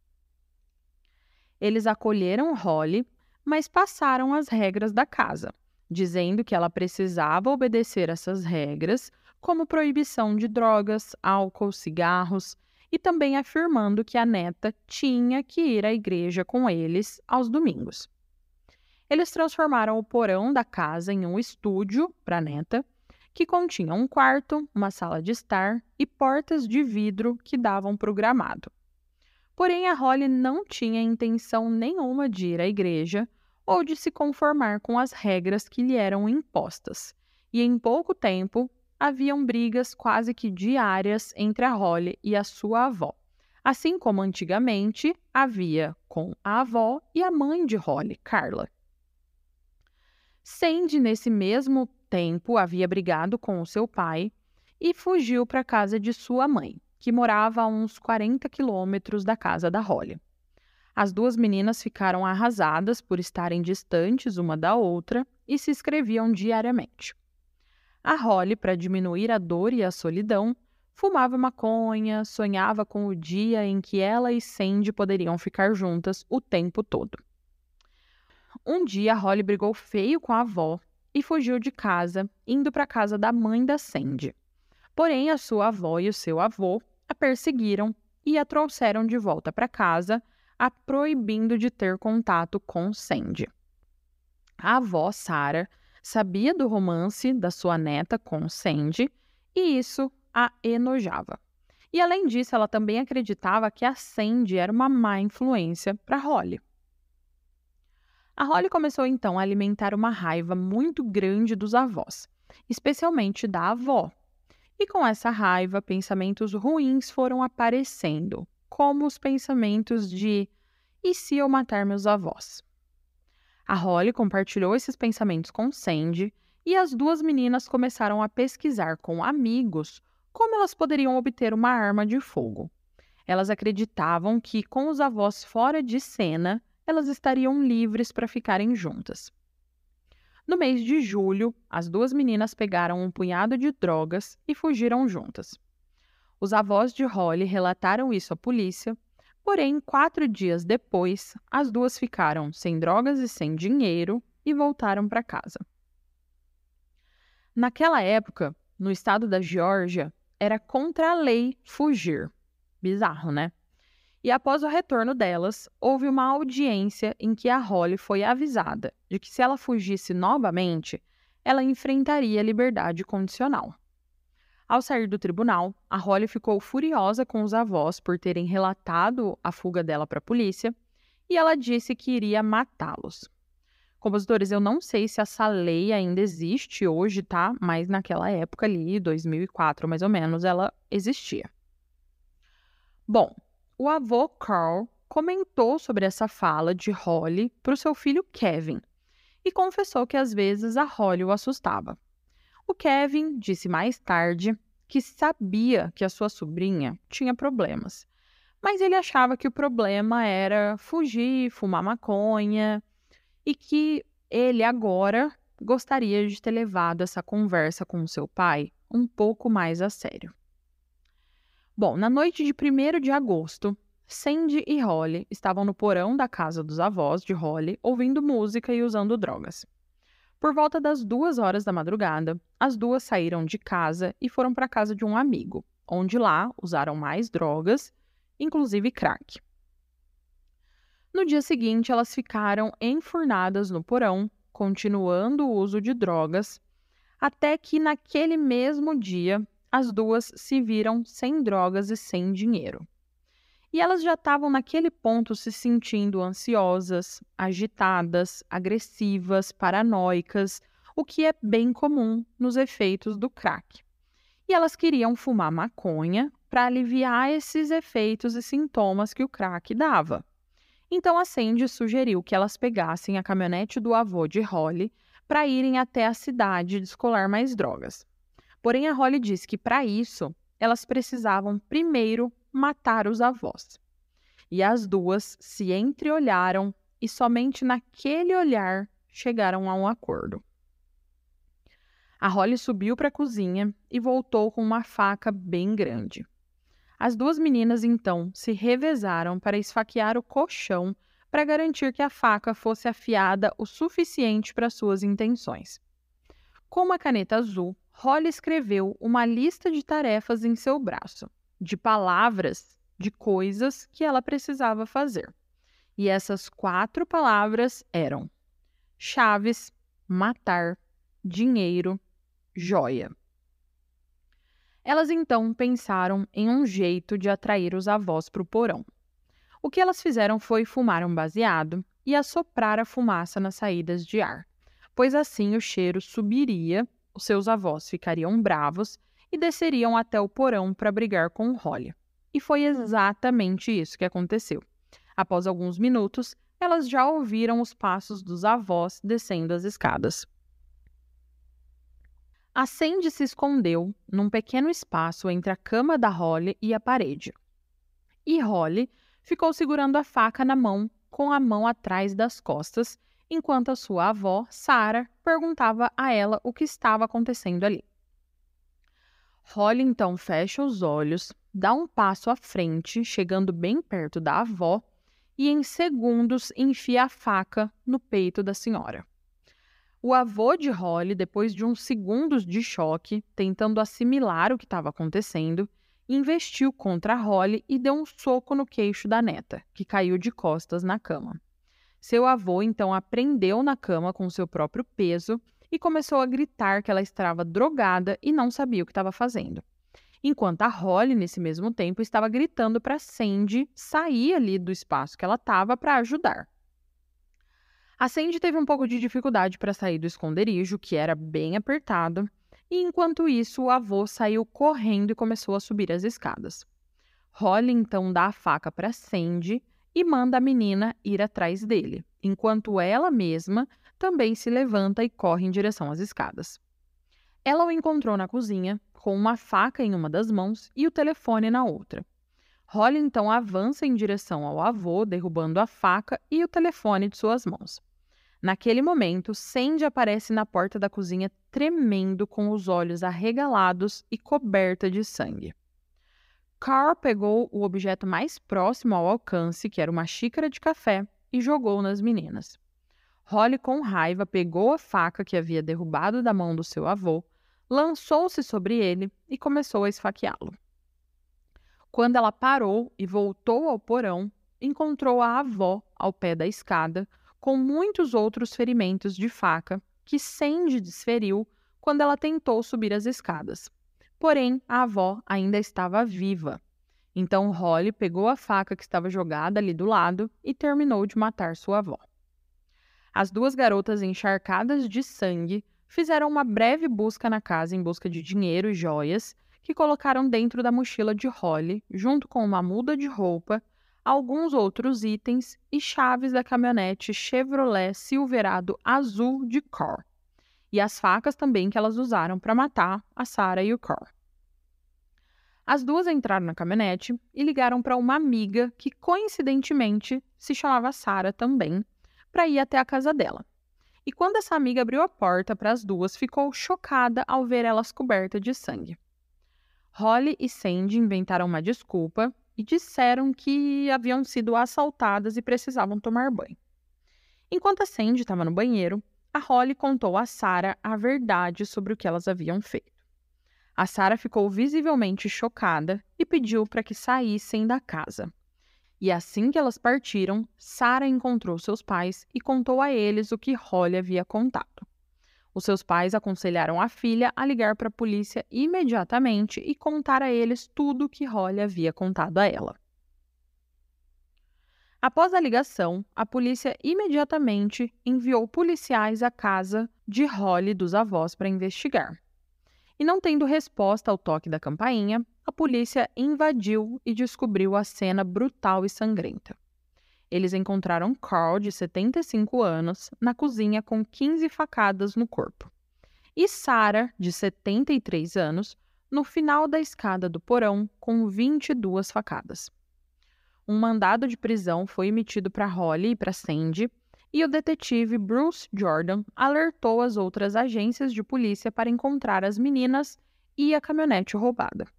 Eles acolheram Holly, mas passaram as regras da casa, dizendo que ela precisava obedecer essas regras, como proibição de drogas, álcool, cigarros, e também afirmando que a neta tinha que ir à igreja com eles aos domingos. Eles transformaram o porão da casa em um estúdio para a neta, que continha um quarto, uma sala de estar e portas de vidro que davam para o gramado. Porém, a Holly não tinha intenção nenhuma de ir à igreja ou de se conformar com as regras que lhe eram impostas, e em pouco tempo haviam brigas quase que diárias entre a Holly e a sua avó, assim como antigamente havia com a avó e a mãe de Holly, Carla. Sandy, nesse mesmo tempo, havia brigado com o seu pai e fugiu para a casa de sua mãe, que morava a uns quarenta quilômetros da casa da Holly. As duas meninas ficaram arrasadas por estarem distantes uma da outra e se escreviam diariamente. A Holly, para diminuir a dor e a solidão, fumava maconha, sonhava com o dia em que ela e Sandy poderiam ficar juntas o tempo todo. Um dia, Holly brigou feio com a avó e fugiu de casa, indo para a casa da mãe da Sandy. Porém, a sua avó e o seu avô a perseguiram e a trouxeram de volta para casa, a proibindo de ter contato com Sandy. A avó, Sarah, sabia do romance da sua neta com Sandy e isso a enojava. E, além disso, ela também acreditava que a Sandy era uma má influência para Holly. A Holly começou então a alimentar uma raiva muito grande dos avós, especialmente da avó. E com essa raiva, pensamentos ruins foram aparecendo, como os pensamentos de "e se eu matar meus avós?". A Holly compartilhou esses pensamentos com Sandy e as duas meninas começaram a pesquisar com amigos como elas poderiam obter uma arma de fogo. Elas acreditavam que, com os avós fora de cena, elas estariam livres para ficarem juntas. No mês de julho, as duas meninas pegaram um punhado de drogas e fugiram juntas. Os avós de Holly relataram isso à polícia, porém, quatro dias depois, as duas ficaram sem drogas e sem dinheiro e voltaram para casa. Naquela época, no estado da Geórgia, era contra a lei fugir. Bizarro, né? E após o retorno delas, houve uma audiência em que a Holly foi avisada de que se ela fugisse novamente, ela enfrentaria a liberdade condicional. Ao sair do tribunal, a Holly ficou furiosa com os avós por terem relatado a fuga dela para a polícia e ela disse que iria matá-los. Compositores, eu não sei se essa lei ainda existe hoje, tá? Mas naquela época ali, dois mil e quatro mais ou menos, ela existia. Bom, o avô Carl comentou sobre essa fala de Holly para o seu filho Kevin e confessou que às vezes a Holly o assustava. O Kevin disse mais tarde que sabia que a sua sobrinha tinha problemas, mas ele achava que o problema era fugir, fumar maconha e que ele agora gostaria de ter levado essa conversa com o seu pai um pouco mais a sério. Bom, na noite de primeiro de agosto, Sandy e Holly estavam no porão da casa dos avós de Holly, ouvindo música e usando drogas. Por volta das duas horas da madrugada, as duas saíram de casa e foram para a casa de um amigo, onde lá usaram mais drogas, inclusive crack. No dia seguinte, elas ficaram enfurnadas no porão, continuando o uso de drogas, até que naquele mesmo dia, as duas se viram sem drogas e sem dinheiro. E elas já estavam naquele ponto se sentindo ansiosas, agitadas, agressivas, paranoicas, o que é bem comum nos efeitos do crack. E elas queriam fumar maconha para aliviar esses efeitos e sintomas que o crack dava. Então a Sandy sugeriu que elas pegassem a caminhonete do avô de Holly para irem até a cidade descolar mais drogas. Porém, a Holly disse que para isso elas precisavam primeiro matar os avós. E as duas se entreolharam e somente naquele olhar chegaram a um acordo. A Holly subiu para a cozinha e voltou com uma faca bem grande. As duas meninas, então, se revezaram para esfaquear o colchão para garantir que a faca fosse afiada o suficiente para suas intenções. Com uma caneta azul, Holly escreveu uma lista de tarefas em seu braço, de palavras, de coisas que ela precisava fazer. E essas quatro palavras eram chaves, matar, dinheiro, joia. Elas então pensaram em um jeito de atrair os avós para o porão. O que elas fizeram foi fumar um baseado e assoprar a fumaça nas saídas de ar, pois assim o cheiro subiria, os seus avós ficariam bravos e desceriam até o porão para brigar com Holly. E foi exatamente isso que aconteceu. Após alguns minutos, elas já ouviram os passos dos avós descendo as escadas. A Sandy se escondeu num pequeno espaço entre a cama da Holly e a parede. E Holly ficou segurando a faca na mão, com a mão atrás das costas, enquanto a sua avó, Sarah, perguntava a ela o que estava acontecendo ali. Holly então fecha os olhos, dá um passo à frente, chegando bem perto da avó, e em segundos enfia a faca no peito da senhora. O avô de Holly, depois de uns segundos de choque, tentando assimilar o que estava acontecendo, investiu contra a Holly e deu um soco no queixo da neta, que caiu de costas na cama. Seu avô então a prendeu na cama com seu próprio peso e começou a gritar que ela estava drogada e não sabia o que estava fazendo. Enquanto a Holly, nesse mesmo tempo, estava gritando para Sandy sair ali do espaço que ela estava para ajudar. A Sandy teve um pouco de dificuldade para sair do esconderijo, que era bem apertado, e enquanto isso o avô saiu correndo e começou a subir as escadas. Holly então dá a faca para Sandy e manda a menina ir atrás dele, enquanto ela mesma também se levanta e corre em direção às escadas. Ela o encontrou na cozinha, com uma faca em uma das mãos e o telefone na outra. Holly então avança em direção ao avô, derrubando a faca e o telefone de suas mãos. Naquele momento, Sandy aparece na porta da cozinha tremendo, com os olhos arregalados e coberta de sangue. Carl pegou o objeto mais próximo ao alcance, que era uma xícara de café, e jogou nas meninas. Holly, com raiva, pegou a faca que havia derrubado da mão do seu avô, lançou-se sobre ele e começou a esfaqueá-lo. Quando ela parou e voltou ao porão, encontrou a avó ao pé da escada, com muitos outros ferimentos de faca que Sandy desferiu quando ela tentou subir as escadas. Porém, a avó ainda estava viva. Então Holly pegou a faca que estava jogada ali do lado e terminou de matar sua avó. As duas garotas, encharcadas de sangue, fizeram uma breve busca na casa em busca de dinheiro e joias, que colocaram dentro da mochila de Holly, junto com uma muda de roupa, alguns outros itens e chaves da caminhonete Chevrolet Silverado azul de Carl, e as facas também que elas usaram para matar a Sarah e o Carl. As duas entraram na caminhonete e ligaram para uma amiga que, coincidentemente, se chamava Sarah também, para ir até a casa dela. E quando essa amiga abriu a porta para as duas, ficou chocada ao ver elas cobertas de sangue. Holly e Sandy inventaram uma desculpa e disseram que haviam sido assaltadas e precisavam tomar banho. Enquanto a Sandy estava no banheiro, a Holly contou a Sarah a verdade sobre o que elas haviam feito. A Sarah ficou visivelmente chocada e pediu para que saíssem da casa. E assim que elas partiram, Sarah encontrou seus pais e contou a eles o que Holly havia contado. Os seus pais aconselharam a filha a ligar para a polícia imediatamente e contar a eles tudo o que Holly havia contado a ela. Após a ligação, a polícia imediatamente enviou policiais à casa de Holly dos avós para investigar. E não tendo resposta ao toque da campainha, a polícia invadiu e descobriu a cena brutal e sangrenta. Eles encontraram Carl, de setenta e cinco anos, na cozinha com quinze facadas no corpo. E Sarah, de setenta e três anos, no final da escada do porão, com vinte e duas facadas. Um mandado de prisão foi emitido para Holly e para Sandy, e o detetive Bruce Jordan alertou as outras agências de polícia para encontrar as meninas e a caminhonete roubada.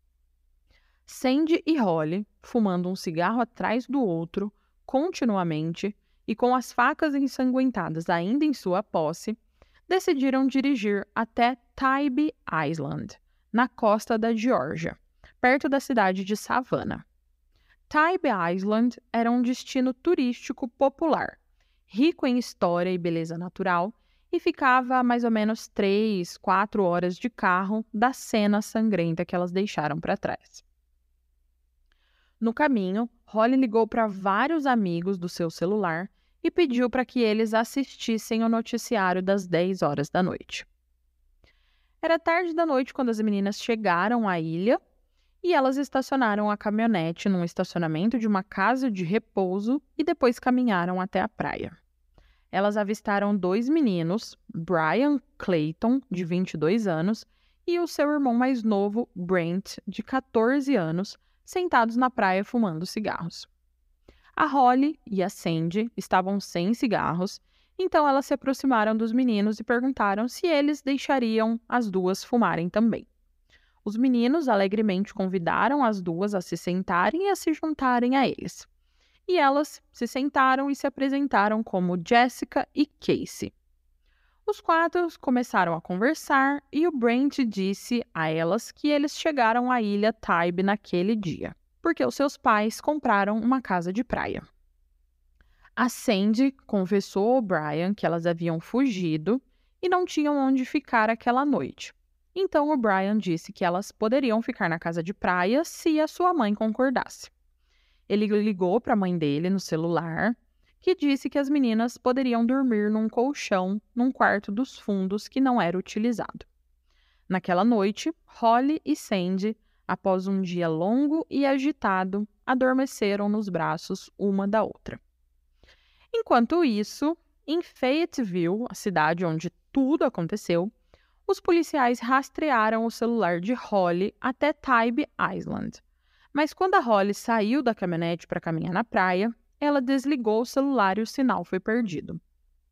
Sandy e Holly, fumando um cigarro atrás do outro, continuamente, e com as facas ensanguentadas ainda em sua posse, decidiram dirigir até Tybee Island, na costa da Geórgia, perto da cidade de Savannah. Tybee Island era um destino turístico popular, rico em história e beleza natural, e ficava a mais ou menos três, quatro horas de carro da cena sangrenta que elas deixaram para trás. No caminho, Holly ligou para vários amigos do seu celular e pediu para que eles assistissem o noticiário das dez horas da noite. Era tarde da noite quando as meninas chegaram à ilha e elas estacionaram a caminhonete num estacionamento de uma casa de repouso e depois caminharam até a praia. Elas avistaram dois meninos, Brian Clayton, de vinte e dois anos, e o seu irmão mais novo, Brent, de catorze anos, sentados na praia fumando cigarros. A Holly e a Sandy estavam sem cigarros, então elas se aproximaram dos meninos e perguntaram se eles deixariam as duas fumarem também. Os meninos alegremente convidaram as duas a se sentarem e a se juntarem a eles. E elas se sentaram e se apresentaram como Jessica e Casey. Os quatro começaram a conversar e o Brent disse a elas que eles chegaram à ilha Tybee naquele dia, porque os seus pais compraram uma casa de praia. A Sandy confessou ao Brian que elas haviam fugido e não tinham onde ficar aquela noite. Então o Brian disse que elas poderiam ficar na casa de praia se a sua mãe concordasse. Ele ligou para a mãe dele no celular, que disse que as meninas poderiam dormir num colchão num quarto dos fundos que não era utilizado. Naquela noite, Holly e Sandy, após um dia longo e agitado, adormeceram nos braços uma da outra. Enquanto isso, em Fayetteville, a cidade onde tudo aconteceu, os policiais rastrearam o celular de Holly até Tybee Island. Mas quando a Holly saiu da caminhonete para caminhar na praia, ela desligou o celular e o sinal foi perdido.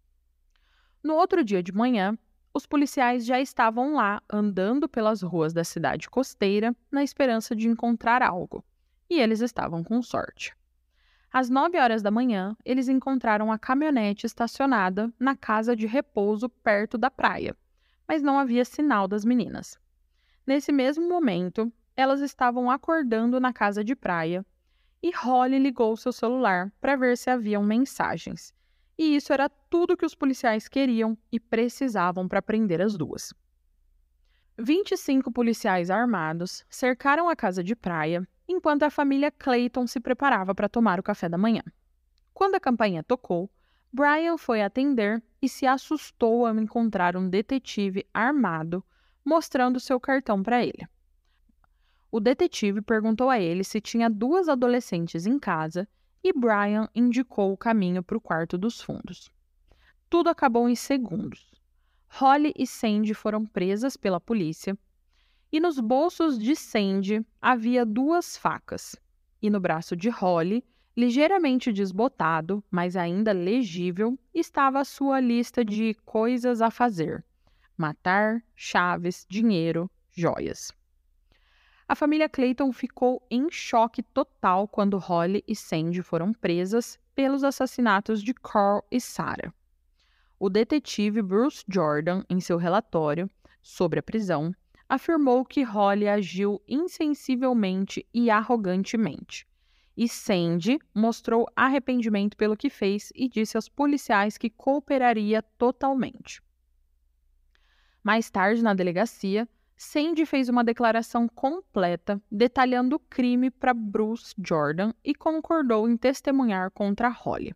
No outro dia de manhã, os policiais já estavam lá, andando pelas ruas da cidade costeira, na esperança de encontrar algo. E eles estavam com sorte. Às nove horas da manhã, eles encontraram a caminhonete estacionada na casa de repouso perto da praia, mas não havia sinal das meninas. Nesse mesmo momento, elas estavam acordando na casa de praia e Holly ligou seu celular para ver se haviam mensagens. E isso era tudo que os policiais queriam e precisavam para prender as duas. vinte e cinco policiais armados cercaram a casa de praia enquanto a família Clayton se preparava para tomar o café da manhã. Quando a campainha tocou, Brian foi atender e se assustou ao encontrar um detetive armado mostrando seu cartão para ele. O detetive perguntou a ele se tinha duas adolescentes em casa e Brian indicou o caminho para o quarto dos fundos. Tudo acabou em segundos. Holly e Sandy foram presas pela polícia e nos bolsos de Sandy havia duas facas. E no braço de Holly, ligeiramente desbotado, mas ainda legível, estava a sua lista de coisas a fazer: matar, chaves, dinheiro, joias. A família Clayton ficou em choque total quando Holly e Sandy foram presas pelos assassinatos de Carl e Sarah. O detetive Bruce Jordan, em seu relatório sobre a prisão, afirmou que Holly agiu insensivelmente e arrogantemente. E Sandy mostrou arrependimento pelo que fez e disse aos policiais que cooperaria totalmente. Mais tarde, na delegacia, Sandy fez uma declaração completa detalhando o crime para Bruce Jordan e concordou em testemunhar contra Holly.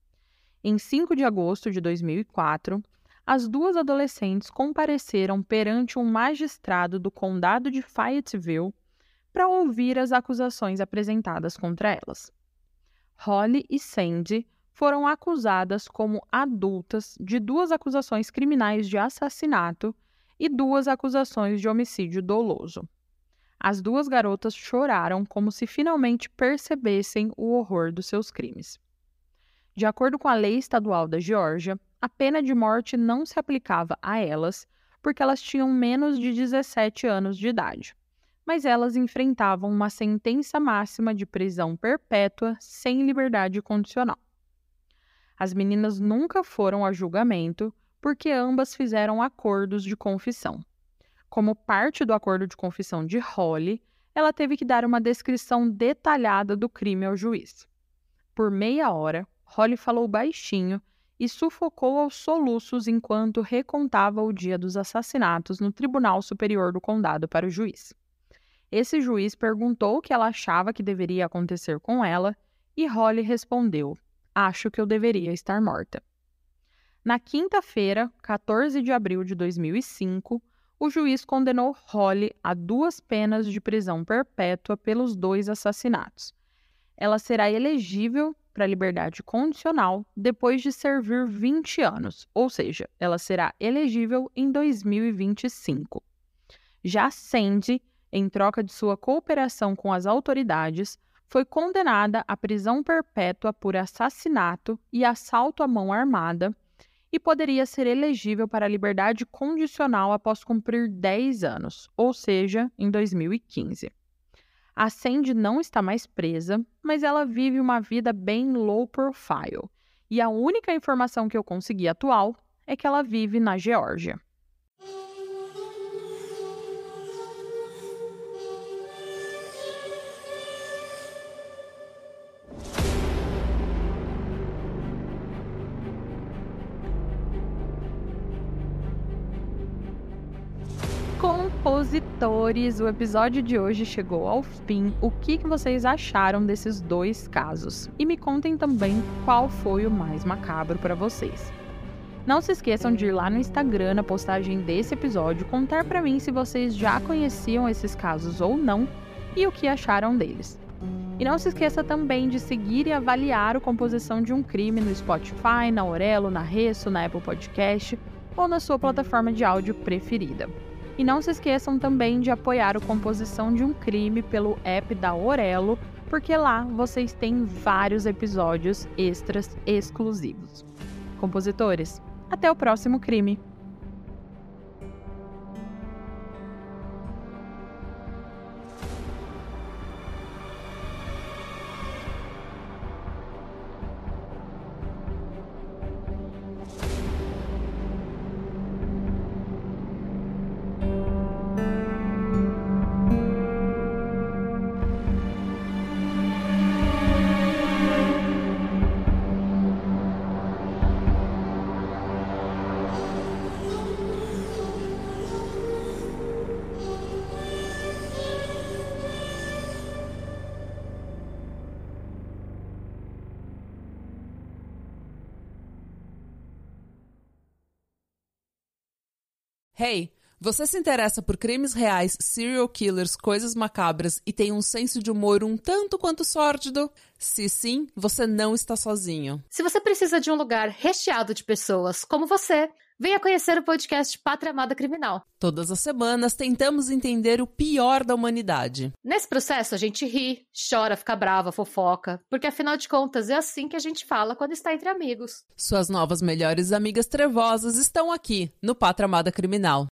Em cinco de agosto de dois mil e quatro, as duas adolescentes compareceram perante um magistrado do condado de Fayetteville para ouvir as acusações apresentadas contra elas. Holly e Sandy foram acusadas como adultas de duas acusações criminais de assassinato e duas acusações de homicídio doloso. As duas garotas choraram como se finalmente percebessem o horror dos seus crimes. De acordo com a lei estadual da Geórgia, a pena de morte não se aplicava a elas porque elas tinham menos de dezessete anos de idade, mas elas enfrentavam uma sentença máxima de prisão perpétua sem liberdade condicional. As meninas nunca foram a julgamento porque ambas fizeram acordos de confissão. Como parte do acordo de confissão de Holly, ela teve que dar uma descrição detalhada do crime ao juiz. Por meia hora, Holly falou baixinho e sufocou aos soluços enquanto recontava o dia dos assassinatos no Tribunal Superior do Condado para o juiz. Esse juiz perguntou o que ela achava que deveria acontecer com ela e Holly respondeu: "Acho que eu deveria estar morta." Na quinta-feira, quatorze de abril de dois mil e cinco, o juiz condenou Holly a duas penas de prisão perpétua pelos dois assassinatos. Ela será elegível para liberdade condicional depois de servir vinte anos, ou seja, ela será elegível em dois mil e vinte e cinco. Já Sandy, em troca de sua cooperação com as autoridades, foi condenada à prisão perpétua por assassinato e assalto à mão armada e poderia ser elegível para a liberdade condicional após cumprir dez anos, ou seja, em dois mil e quinze. A Sandy não está mais presa, mas ela vive uma vida bem low profile, e a única informação que eu consegui atual é que ela vive na Geórgia. Compositores, o episódio de hoje chegou ao fim. O que que vocês acharam desses dois casos? E me contem também qual foi o mais macabro para vocês. Não se esqueçam de ir lá no Instagram, na postagem desse episódio, contar para mim se vocês já conheciam esses casos ou não e o que acharam deles. E não se esqueça também de seguir e avaliar o Composição de um Crime no Spotify, na Aurelo, na Resso, na Apple Podcast ou na sua plataforma de áudio preferida. E não se esqueçam também de apoiar o Composição de um Crime pelo app da Orelo, porque lá vocês têm vários episódios extras exclusivos. Compositores, até o próximo crime! Hey, você se interessa por crimes reais, serial killers, coisas macabras e tem um senso de humor um tanto quanto sórdido? Se sim, você não está sozinho. Se você precisa de um lugar recheado de pessoas como você, venha conhecer o podcast Pátria Amada Criminal. Todas as semanas tentamos entender o pior da humanidade. Nesse processo a gente ri, chora, fica brava, fofoca, porque afinal de contas é assim que a gente fala quando está entre amigos. Suas novas melhores amigas trevosas estão aqui no Pátria Amada Criminal.